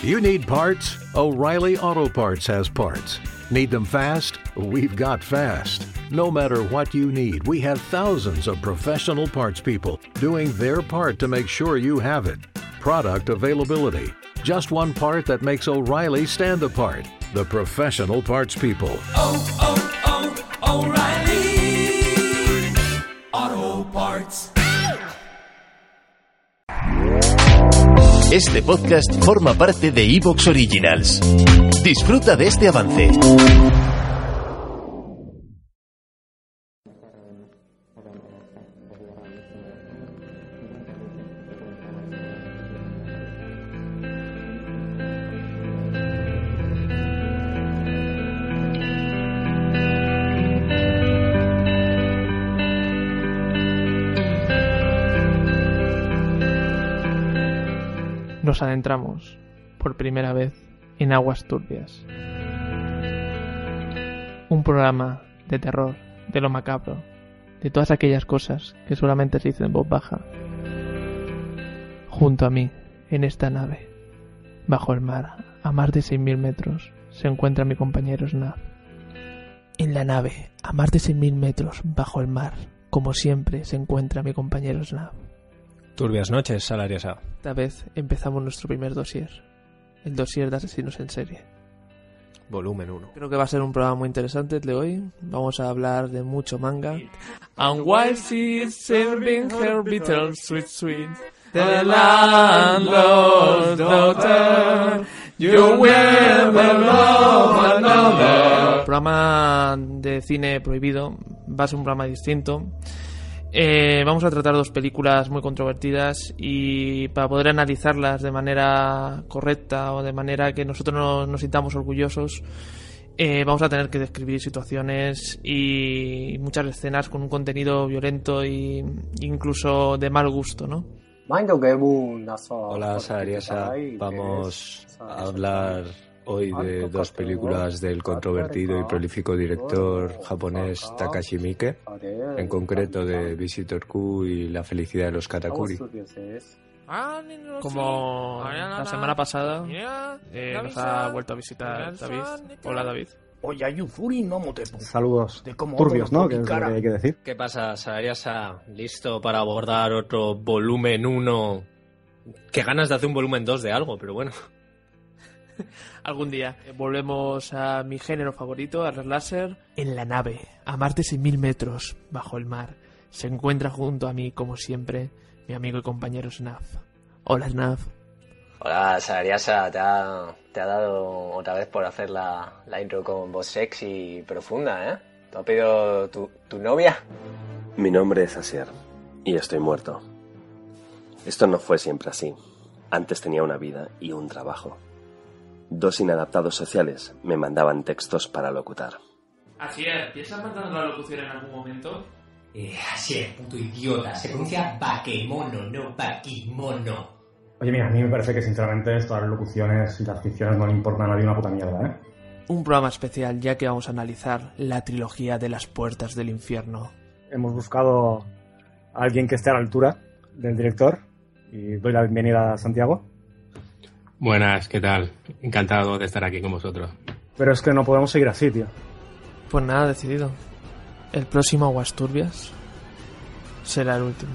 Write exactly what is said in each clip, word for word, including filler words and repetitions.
You need parts? O'Reilly Auto Parts has parts. Need them fast? We've got fast. No matter what you need, we have thousands of professional parts people doing their part to make sure you have it. Product availability. Just one part that makes O'Reilly stand apart. The professional parts people. Oh, oh, oh, O'Reilly Auto Parts. Este podcast forma parte de iVoox Originals. Disfruta de este avance. Nos adentramos, por primera vez, en aguas turbias. Un programa de terror, de lo macabro, de todas aquellas cosas que solamente se dicen en voz baja. Junto a mí, en esta nave, bajo el mar, a más de seis mil metros, se encuentra mi compañero Snaf. En la nave, a más de seis mil metros, bajo el mar, como siempre, se encuentra mi compañero Snaf. Turbias noches, Salariosa. Esta vez empezamos nuestro primer dossier, el dossier de asesinos en serie. Volumen uno. Creo que va a ser un programa muy interesante el de hoy. Vamos a hablar de mucho manga. And while she's serving her bitter sweet sweet, the landlord's daughter, you will love another. El programa de cine prohibido va a ser un programa distinto. Eh, vamos a tratar dos películas muy controvertidas y para poder analizarlas de manera correcta o de manera que nosotros no, nos sintamos orgullosos, eh, vamos a tener que describir situaciones y muchas escenas con un contenido violento e incluso de mal gusto, ¿no? Hola, Salariosa. Vamos a hablar hoy de dos películas del controvertido y prolífico director japonés Takashi Miike, en concreto de Visitor Q y La felicidad de los Katakuri. Como la semana pasada eh, nos ha vuelto a visitar David. Hola, David. Saludos turbios, ¿no? Que es lo que hay que decir. ¿Qué pasa, Salariosa? ¿Listo para abordar otro volumen uno? Qué ganas de hacer un volumen dos de algo, pero bueno. Algún día. Volvemos a mi género favorito, a Red Láser. En la nave, a más de seis mil metros, bajo el mar, se encuentra junto a mí, como siempre, mi amigo y compañero Snaf. Hola, Snaf. Hola, Salariosa. Te ha, te ha dado otra vez por hacer la, la intro con voz sexy y profunda, ¿eh? ¿Te ha pedido tu, tu novia? Mi nombre es Asier y estoy muerto. Esto no fue siempre así. Antes tenía una vida y un trabajo. Dos inadaptados sociales me mandaban textos para locutar. Asier, ¿piensas mandar la locución en algún momento? Eh, Asier, puto idiota. Se pronuncia Bakemono, no Bakimono. Oye, mira, a mí me parece que sinceramente todas las locuciones y las ficciones no le importan a nadie una puta mierda, ¿eh? Un programa especial, ya que vamos a analizar la trilogía de las puertas del infierno. Hemos buscado a alguien que esté a la altura del director y doy la bienvenida a Santiago. Buenas, ¿qué tal? Encantado de estar aquí con vosotros. Pero es que no podemos seguir así, tío. Pues nada, decidido. El próximo Aguas Turbias será el último.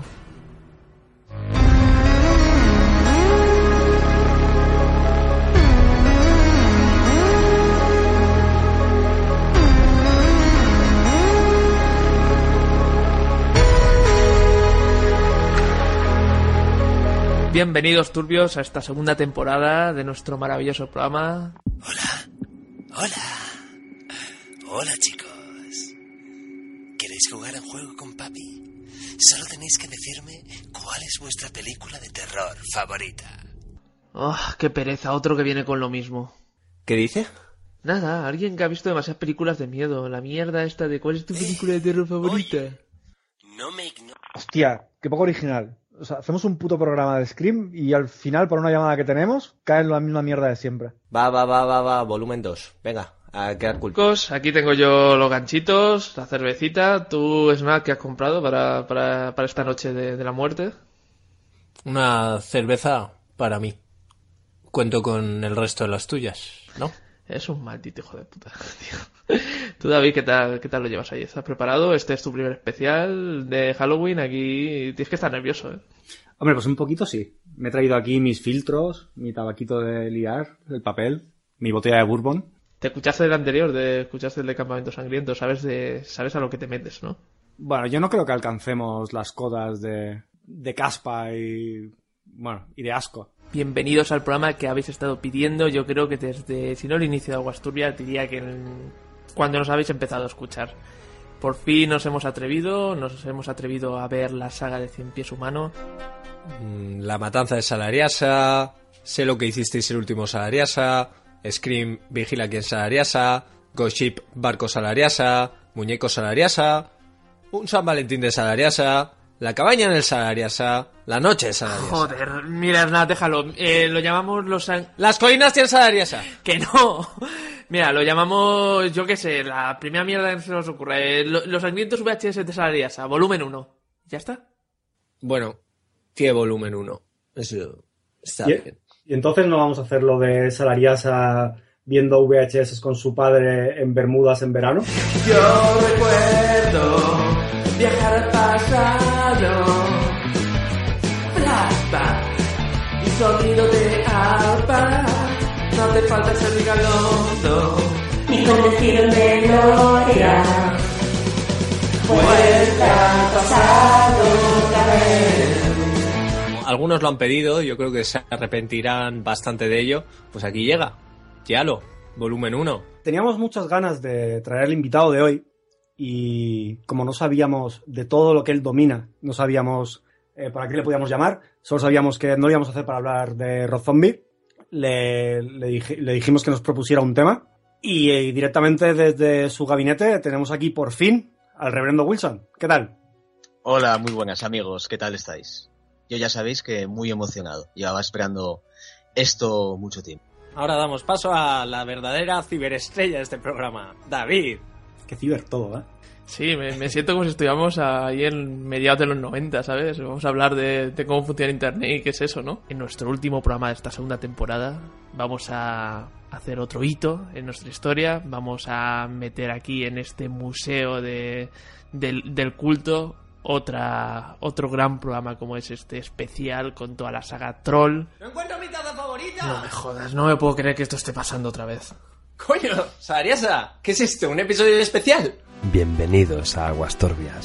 Bienvenidos, turbios, a esta segunda temporada de nuestro maravilloso programa. Hola, hola, hola chicos. ¿Queréis jugar a un juego con papi? Solo tenéis que decirme cuál es vuestra película de terror favorita. Oh, qué pereza, otro que viene con lo mismo. ¿Qué dice? Nada, alguien que ha visto demasiadas películas de miedo. La mierda esta de cuál es tu película de terror favorita. Oye, no me ignores. Hostia, qué poco original. O sea, hacemos un puto programa de Scream y al final, por una llamada que tenemos, cae en la misma mierda de siempre. Va, va, va, va, va, volumen dos. Venga, a quedar cool. Chicos, aquí tengo yo los ganchitos, la cervecita. ¿Tú, Snack, qué has comprado para, para, para esta noche de, de la muerte? Una cerveza para mí. cuento con el resto de las tuyas, ¿no? Es un maldito hijo de puta, tío. Tú, David, ¿qué tal, qué tal lo llevas ahí? ¿Estás preparado? Este es tu primer especial de Halloween. Aquí tienes que estar nervioso, ¿eh? Hombre, pues un poquito sí. Me he traído aquí mis filtros, mi tabaquito de liar, el papel, mi botella de bourbon. Te escuchaste del anterior, de, escuchaste el de Campamento Sangriento, sabes de, sabes a lo que te metes, ¿no? Bueno, yo no creo que alcancemos las codas de, de caspa y, bueno, y de asco. Bienvenidos al programa que habéis estado pidiendo. Yo creo que desde, si no el inicio de Aguas Turbias, diría que en, cuando nos habéis empezado a escuchar. Por fin nos hemos atrevido, nos hemos atrevido a ver la saga de Cien Pies Humano. La matanza de Salariasa, sé lo que hicisteis el último Salariasa, Scream, Vigila quien Salariasa, Ghost Ship, Barco Salariasa, Muñeco Salariasa, un San Valentín de Salariasa, La cabaña en el Salariasa, La noche de Salariasa. Joder, mira, nada, déjalo. Eh, lo llamamos los... San... Las colinas tienen Salariasa. Que no. Mira, lo llamamos, yo qué sé, la primera mierda que se nos ocurre. Eh, lo, los sangrientos V H S de Salariasa, volumen uno. ¿Ya está? Bueno, tiene volumen uno. Eso está ¿Y, bien. Y entonces no vamos a hacer lo de Salariasa viendo V H S con su padre en Bermudas en verano. Yo recuerdo viajar al pasado, flashback y sonido de arpa. No te falta ser Rigalondo ni conducir en memoria. Vuelta al pasado otra vez. Algunos lo han pedido, yo creo que se arrepentirán bastante de ello. Pues aquí llega, Yalo, volumen uno. Teníamos muchas ganas de traer al invitado de hoy y como no sabíamos de todo lo que él domina, no sabíamos eh, para qué le podíamos llamar, solo sabíamos que no lo íbamos a hacer para hablar de Rob Zombie, le, le, dij- le dijimos que nos propusiera un tema y eh, directamente desde su gabinete tenemos aquí por fin al reverendo Wilson. ¿Qué tal? Hola, muy buenas amigos, ¿qué tal estáis? Yo ya sabéis que muy emocionado, llevaba esperando esto mucho tiempo. Ahora damos paso a la verdadera ciberestrella de este programa, David. Qué ciber todo, ¿eh? Sí, me, me siento como si estuviéramos ahí en mediados de los noventa, ¿sabes? Vamos a hablar de, de cómo funciona Internet y qué es eso, ¿no? En nuestro último programa de esta segunda temporada vamos a hacer otro hito en nuestra historia. Vamos a meter aquí en este museo de, del, del culto otra otro gran programa como es este especial con toda la saga Troll. ¡No encuentro mi taza favorita! No me jodas, no me puedo creer que esto esté pasando otra vez. ¡Coño! Salariasa, ¿qué es esto? ¿Un episodio especial? Bienvenidos a Aguas Turbias.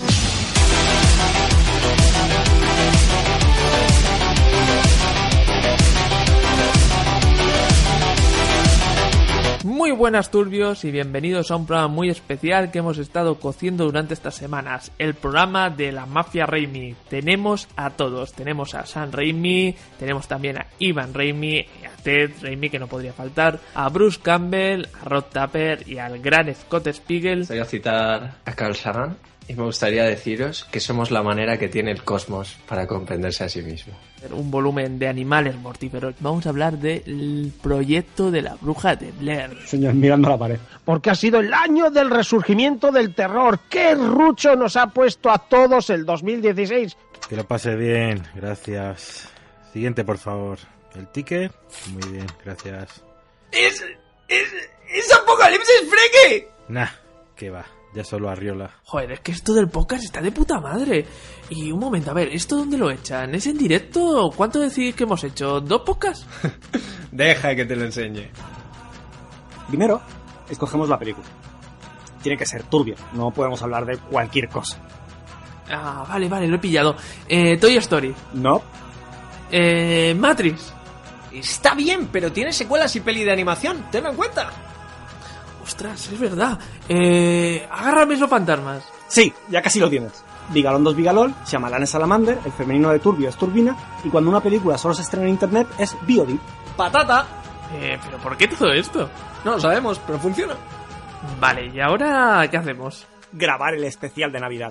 Muy buenas turbios y bienvenidos a un programa muy especial que hemos estado cociendo durante estas semanas, el programa de la Mafia Raimi. Tenemos a todos, tenemos a Sam Raimi, tenemos también a Ivan Raimi, a Ted Raimi que no podría faltar, a Bruce Campbell, a Rod Tapper y al gran Scott Spiegel. Voy a citar a Carl Sagan y me gustaría deciros que somos la manera que tiene el cosmos para comprenderse a sí mismo. Un volumen de animales mortíferos. Vamos a hablar del proyecto de la bruja de Blair. Señor, mirando a la pared. Porque ha sido el año del resurgimiento del terror. ¡Qué rucho nos ha puesto a todos el dos mil dieciséis! Que lo pase bien, gracias. Siguiente, por favor. El ticket. Muy bien, gracias. ¡Es... es... es Apocalipsis Freaky! Nah, que va. Ya solo Arriola. Joder, es que esto del podcast está de puta madre. Y un momento, a ver, ¿esto dónde lo echan? ¿Es en directo? ¿Cuánto decís que hemos hecho? ¿Dos podcasts? Deja que te lo enseñe. Primero, escogemos la película. Tiene que ser turbia, no podemos hablar de cualquier cosa. Ah, vale, vale, lo he pillado. Eh, Toy Story. No. Eh, Matrix. Está bien, pero tiene secuelas y peli de animación, tenlo en cuenta. Ostras, es verdad. Eh, agárrame esos fantasmas. Sí, ya casi lo tienes. Bigalón dos Bigalol, Shyamalan es Salamander, el femenino de turbio es turbina, y cuando una película solo se estrena en internet es V O D. ¡Patata! Eh, ¿pero por qué todo esto? No lo sabemos, pero funciona. Vale, ¿y ahora qué hacemos? Grabar el especial de Navidad.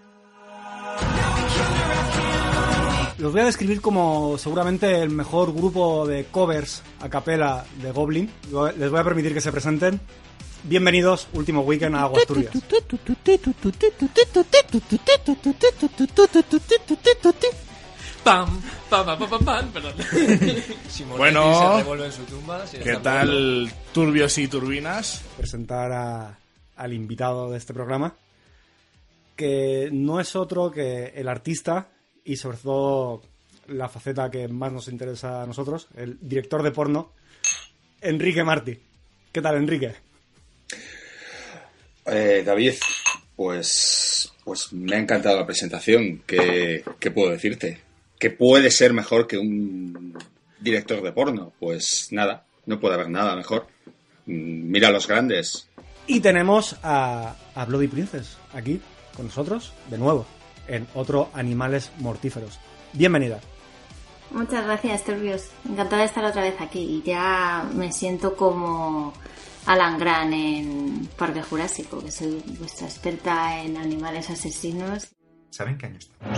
Los voy a describir como seguramente el mejor grupo de covers a capela de Goblin. Les voy a permitir que se presenten. Bienvenidos, último weekend a Aguas Turbias. Pam, pam, pam, pam, pam, pam, perdón. Si Morteci Bueno, se revuelve en su tumba, si ¿qué está tal, muriendo. turbios y turbinas? Presentar a, al invitado de este programa, que no es otro que el artista y sobre todo la faceta que más nos interesa a nosotros, el director de porno, Enrique Martí. ¿Qué tal, Enrique? Eh, David, pues, pues me ha encantado la presentación. ¿Qué, qué puedo decirte? ¿Qué puede ser mejor que un director de porno? Pues nada, no puede haber nada mejor. Mira a los grandes. Y tenemos a, a Bloody Princess aquí con nosotros, de nuevo, en otro Animales Mortíferos. Bienvenida. Muchas gracias, Turbios. Encantada de estar otra vez aquí. Y ya me siento como Alan Grant en Parque Jurásico, que soy vuestra experta en animales asesinos. ¿Saben qué año estamos?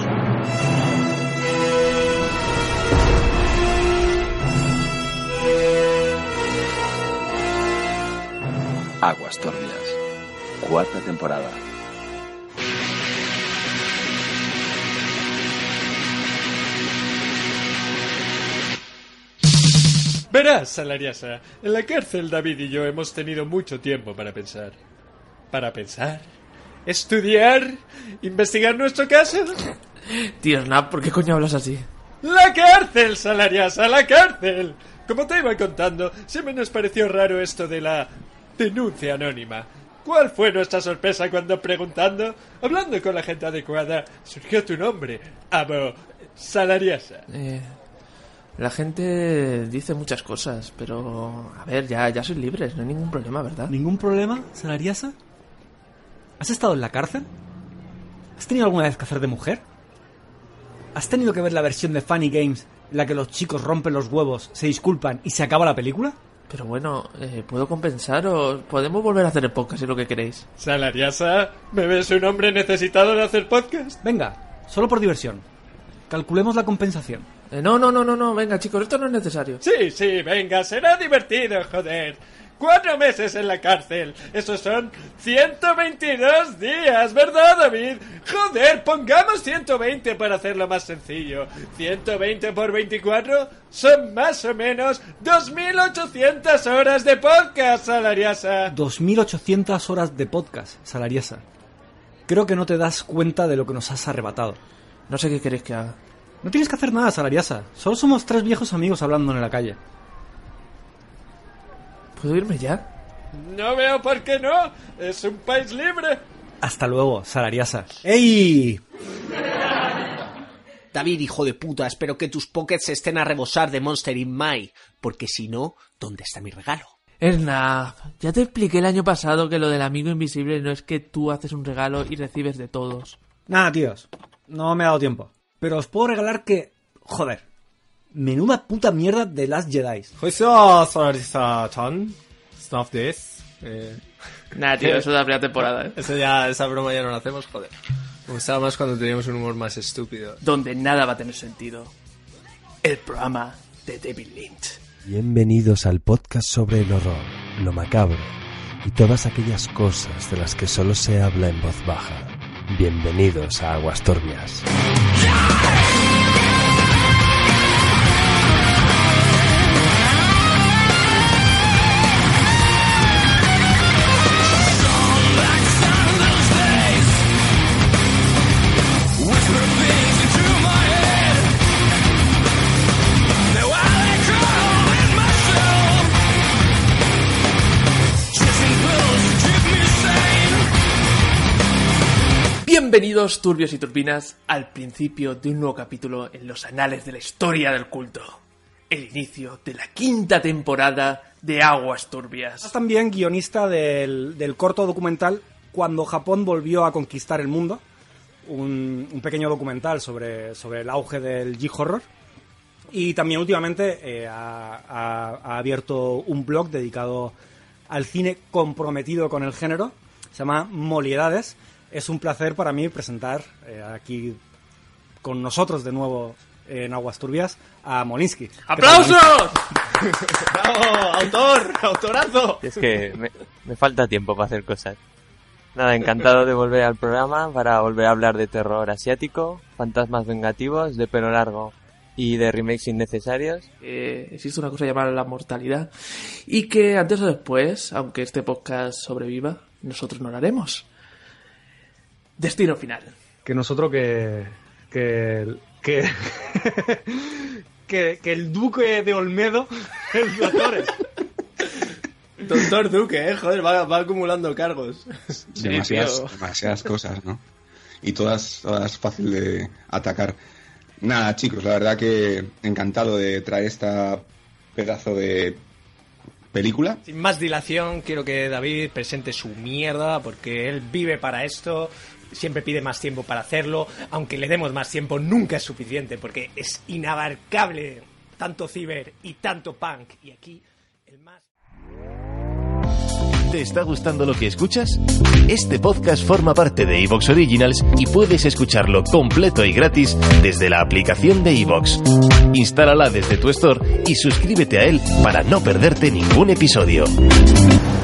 Aguas Turbias, cuarta temporada. Verás, Salariasa, en la cárcel David y yo hemos tenido mucho tiempo para pensar. Para pensar, estudiar, investigar nuestro caso. Tío, Snap, ¿por qué coño hablas así? ¡La cárcel, Salariasa, la cárcel! Como te iba contando, siempre nos pareció raro esto de la denuncia anónima. ¿Cuál fue nuestra sorpresa cuando preguntando, hablando con la gente adecuada, surgió tu nombre, Abo Salariasa? Eh... La gente dice muchas cosas, pero... A ver, ya, ya sois libres, no hay ningún problema, ¿verdad? ¿Ningún problema, Salariasa? ¿Has estado en la cárcel? ¿Has tenido alguna vez que hacer de mujer? ¿Has tenido que ver la versión de Funny Games en la que los chicos rompen los huevos, se disculpan y se acaba la película? Pero bueno, eh, ¿puedo compensar o podemos volver a hacer el podcast si es lo que queréis? Salariasa, ¿me ves un hombre necesitado de hacer podcast? Venga, solo por diversión. Calculemos la compensación. Eh, no, no, no, no, no, venga chicos, esto no es necesario. Sí, sí, venga, será divertido, joder. Cuatro meses en la cárcel, esos son ciento veintidós días, ¿verdad, David? Joder, pongamos ciento veinte para hacerlo más sencillo. ciento veinte por veinticuatro son más o menos dos mil ochocientas horas de podcast, Salariasa. dos mil ochocientas horas de podcast, Salariasa. Creo que no te das cuenta de lo que nos has arrebatado. No sé qué queréis que haga. No tienes que hacer nada, Salariasa. Solo somos tres viejos amigos hablando en la calle. ¿Puedo irme ya? No veo por qué no. Es un país libre. Hasta luego, Salariasa. ¡Ey! David, hijo de puta, espero que tus pockets estén a rebosar de Monster in My, porque si no, ¿dónde está mi regalo? Snap, ya te expliqué el año pasado que lo del amigo invisible no es que tú haces un regalo y recibes de todos. Nada, tíos. No me ha dado tiempo. Pero os puedo regalar que... Joder. Menuda puta mierda de Last Jedi. Stop this. Eh... Nah, tío, eso de la primera temporada, ¿eh? Eso ya, esa broma ya no la hacemos, joder. Me gustaba más cuando teníamos un humor más estúpido. Donde nada va a tener sentido. El programa de David Lynch. Bienvenidos al podcast sobre el horror, lo macabro y todas aquellas cosas de las que solo se habla en voz baja. Bienvenidos a Aguas Turbias. Bienvenidos, turbios y turbinas, al principio de un nuevo capítulo en los anales de la historia del culto. El inicio de la quinta temporada de Aguas Turbias. Es también guionista del, del corto documental Cuando Japón volvió a conquistar el mundo. Un, un pequeño documental sobre, sobre el auge del G-Horror. Y también últimamente eh, ha, ha, ha abierto un blog dedicado al cine comprometido con el género. Se llama Moliedades. Es un placer para mí presentar eh, aquí con nosotros de nuevo en Aguas Turbias a Molinsky. ¡Aplausos! ¡Bravo! ¡Autor! ¡Autorazo! Es que me, me falta tiempo para hacer cosas. Nada, encantado de volver al programa para volver a hablar de terror asiático fantasmas vengativos, de pelo largo y de remakes innecesarios. Eh, existe una cosa llamada la mortalidad y que antes o después, aunque este podcast sobreviva, nosotros no lo haremos. Destino final. Que nosotros que... que... que... que, que el duque de Olmedo... el doctor Doctor Duque, eh, joder, va, va acumulando cargos. Demasiadas, demasiadas cosas, ¿no? Y todas, todas fácil de atacar. Nada, chicos, la verdad que encantado de traer esta pedazo de película. Sin más dilación, quiero que David presente su mierda, porque él vive para esto, siempre pide más tiempo para hacerlo, aunque le demos más tiempo nunca es suficiente, porque es inabarcable tanto ciber y tanto punk, y aquí el más... ¿Te está gustando lo que escuchas? Este podcast forma parte de iVoox Originals y puedes escucharlo completo y gratis desde la aplicación de iVoox. Instálala desde tu store y suscríbete a él para no perderte ningún episodio.